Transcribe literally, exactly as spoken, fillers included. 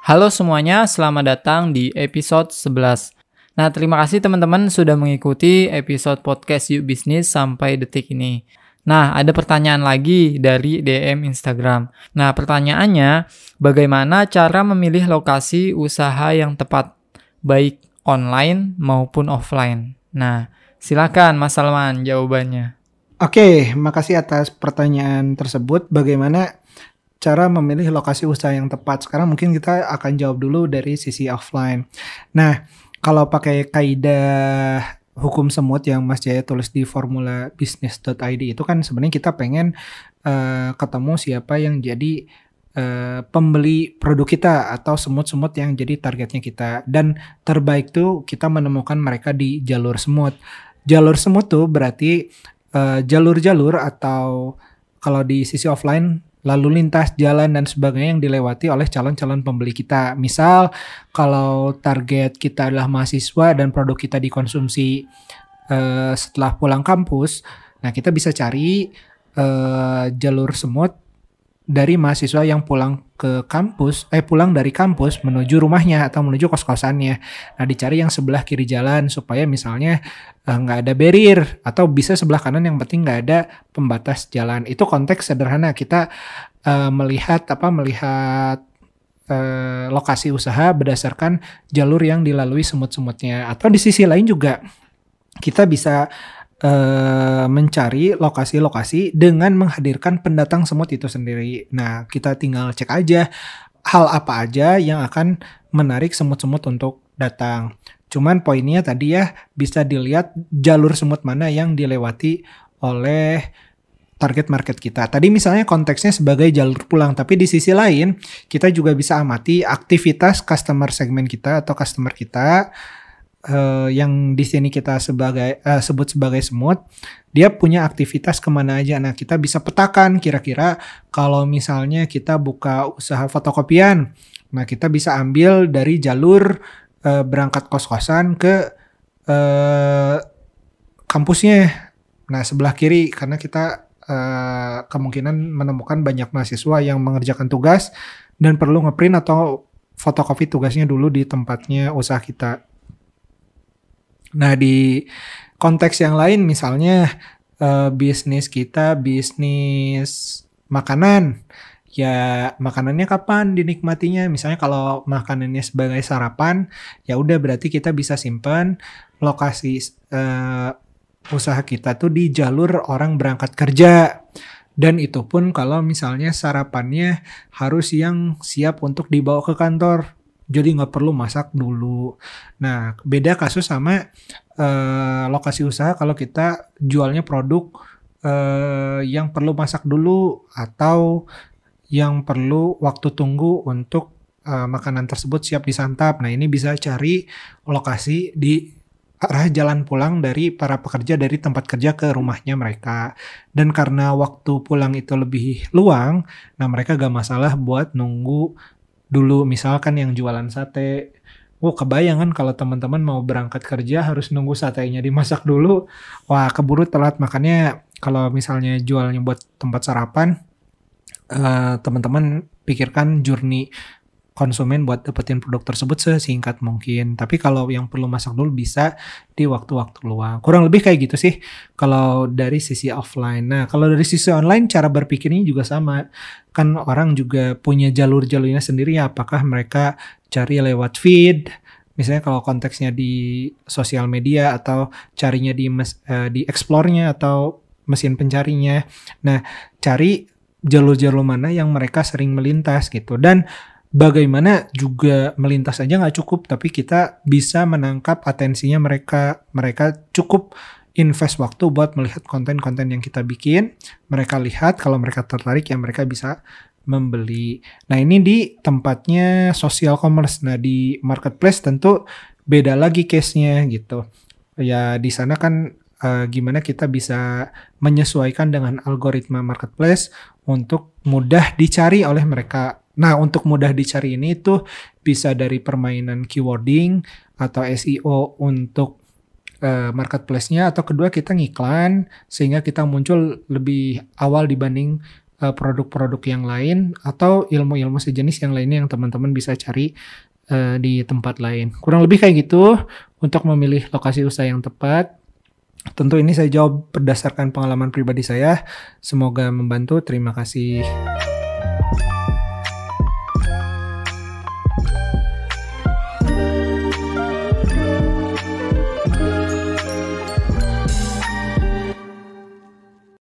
Halo semuanya, selamat datang di episode sebelas. Nah, terima kasih teman-teman sudah mengikuti episode podcast Yuk Bisnis sampai detik ini. Nah, ada pertanyaan lagi dari D M Instagram. Nah, pertanyaannya, bagaimana cara memilih lokasi usaha yang tepat, baik online maupun offline? Nah, silakan Mas Salman jawabannya. Oke, makasih atas pertanyaan tersebut. Bagaimana cara memilih lokasi usaha yang tepat? Sekarang mungkin kita akan jawab dulu dari sisi offline. Nah, kalau pakai kaidah hukum semut yang Mas Jaya tulis di formula bisnis dot i d itu kan sebenarnya kita pengen uh, ketemu siapa yang jadi uh, pembeli produk kita atau semut-semut yang jadi targetnya kita. Dan terbaik tuh kita menemukan mereka di jalur semut. Jalur semut tuh berarti uh, jalur-jalur atau kalau di sisi offline lalu lintas, jalan, dan sebagainya yang dilewati oleh calon-calon pembeli kita. Misal, kalau target kita adalah mahasiswa dan produk kita dikonsumsi uh, setelah pulang kampus, nah kita bisa cari uh, jalur semut dari mahasiswa yang pulang ke kampus, eh pulang dari kampus menuju rumahnya atau menuju kos-kosannya. Nah, dicari yang sebelah kiri jalan supaya misalnya nggak uh, ada barrier atau bisa sebelah kanan yang penting nggak ada pembatas jalan. Itu konteks sederhana kita uh, melihat apa melihat uh, lokasi usaha berdasarkan jalur yang dilalui semut-semutnya. Atau di sisi lain juga kita bisa Uh, mencari lokasi-lokasi dengan menghadirkan pendatang semut itu sendiri. Nah, kita tinggal cek aja hal apa aja yang akan menarik semut-semut untuk datang. Cuman poinnya tadi ya, bisa dilihat jalur semut mana yang dilewati oleh target market kita. Tadi misalnya konteksnya sebagai jalur pulang, tapi di sisi lain kita juga bisa amati aktivitas customer segmen kita atau customer kita Uh, yang di sini kita sebagai uh, sebut sebagai semut, dia punya aktivitas kemana aja. Nah, kita bisa petakan kira-kira kalau misalnya kita buka usaha fotokopian, nah kita bisa ambil dari jalur uh, berangkat kos-kosan ke uh, kampusnya. Nah, sebelah kiri karena kita uh, kemungkinan menemukan banyak mahasiswa yang mengerjakan tugas dan perlu ngeprint atau fotokopi tugasnya dulu di tempatnya usaha kita. Nah, di konteks yang lain misalnya uh, bisnis kita bisnis makanan, ya makanannya kapan dinikmatinya? Misalnya kalau makanannya sebagai sarapan, ya udah berarti kita bisa simpan lokasi uh, usaha kita tuh di jalur orang berangkat kerja. Dan itu pun kalau misalnya sarapannya harus yang siap untuk dibawa ke kantor. Jadi nggak perlu masak dulu. Nah, beda kasus sama uh, lokasi usaha kalau kita jualnya produk uh, yang perlu masak dulu atau yang perlu waktu tunggu untuk uh, makanan tersebut siap disantap. Nah, ini bisa cari lokasi di arah jalan pulang dari para pekerja dari tempat kerja ke rumahnya mereka. Dan karena waktu pulang itu lebih luang, nah mereka gak masalah buat nunggu dulu. Misalkan yang jualan sate, oh kebayang kan kalau teman-teman mau berangkat kerja harus nunggu satenya dimasak dulu, wah keburu telat. Makanya kalau misalnya jualnya buat tempat sarapan, uh, teman-teman pikirkan journey konsumen buat dapetin produk tersebut sesingkat mungkin. Tapi kalau yang perlu masak dulu bisa di waktu-waktu luang. Kurang lebih kayak gitu sih kalau dari sisi offline. Nah, kalau dari sisi online cara berpikirnya juga sama. Kan orang juga punya jalur-jalurnya sendiri ya. Apakah mereka cari lewat feed, misalnya kalau konteksnya di sosial media, atau carinya di mes, uh, di explore-nya atau mesin pencarinya. Nah, cari jalur-jalur mana yang mereka sering melintas gitu. Dan bagaimana juga melintas aja nggak cukup, tapi kita bisa menangkap atensinya mereka. Mereka cukup invest waktu buat melihat konten-konten yang kita bikin. Mereka lihat, kalau mereka tertarik ya mereka bisa membeli. Nah, ini di tempatnya social commerce. Nah, di marketplace tentu beda lagi case-nya gitu. Ya di sana kan uh, gimana kita bisa menyesuaikan dengan algoritma marketplace untuk mudah dicari oleh mereka. Nah, untuk mudah dicari ini tuh bisa dari permainan keywording atau S E O untuk uh, marketplace-nya, atau kedua kita ngiklan sehingga kita muncul lebih awal dibanding uh, produk-produk yang lain atau ilmu-ilmu sejenis yang lainnya yang teman-teman bisa cari uh, di tempat lain. Kurang lebih kayak gitu untuk memilih lokasi usaha yang tepat. Tentu ini saya jawab berdasarkan pengalaman pribadi saya. Semoga membantu. Terima kasih.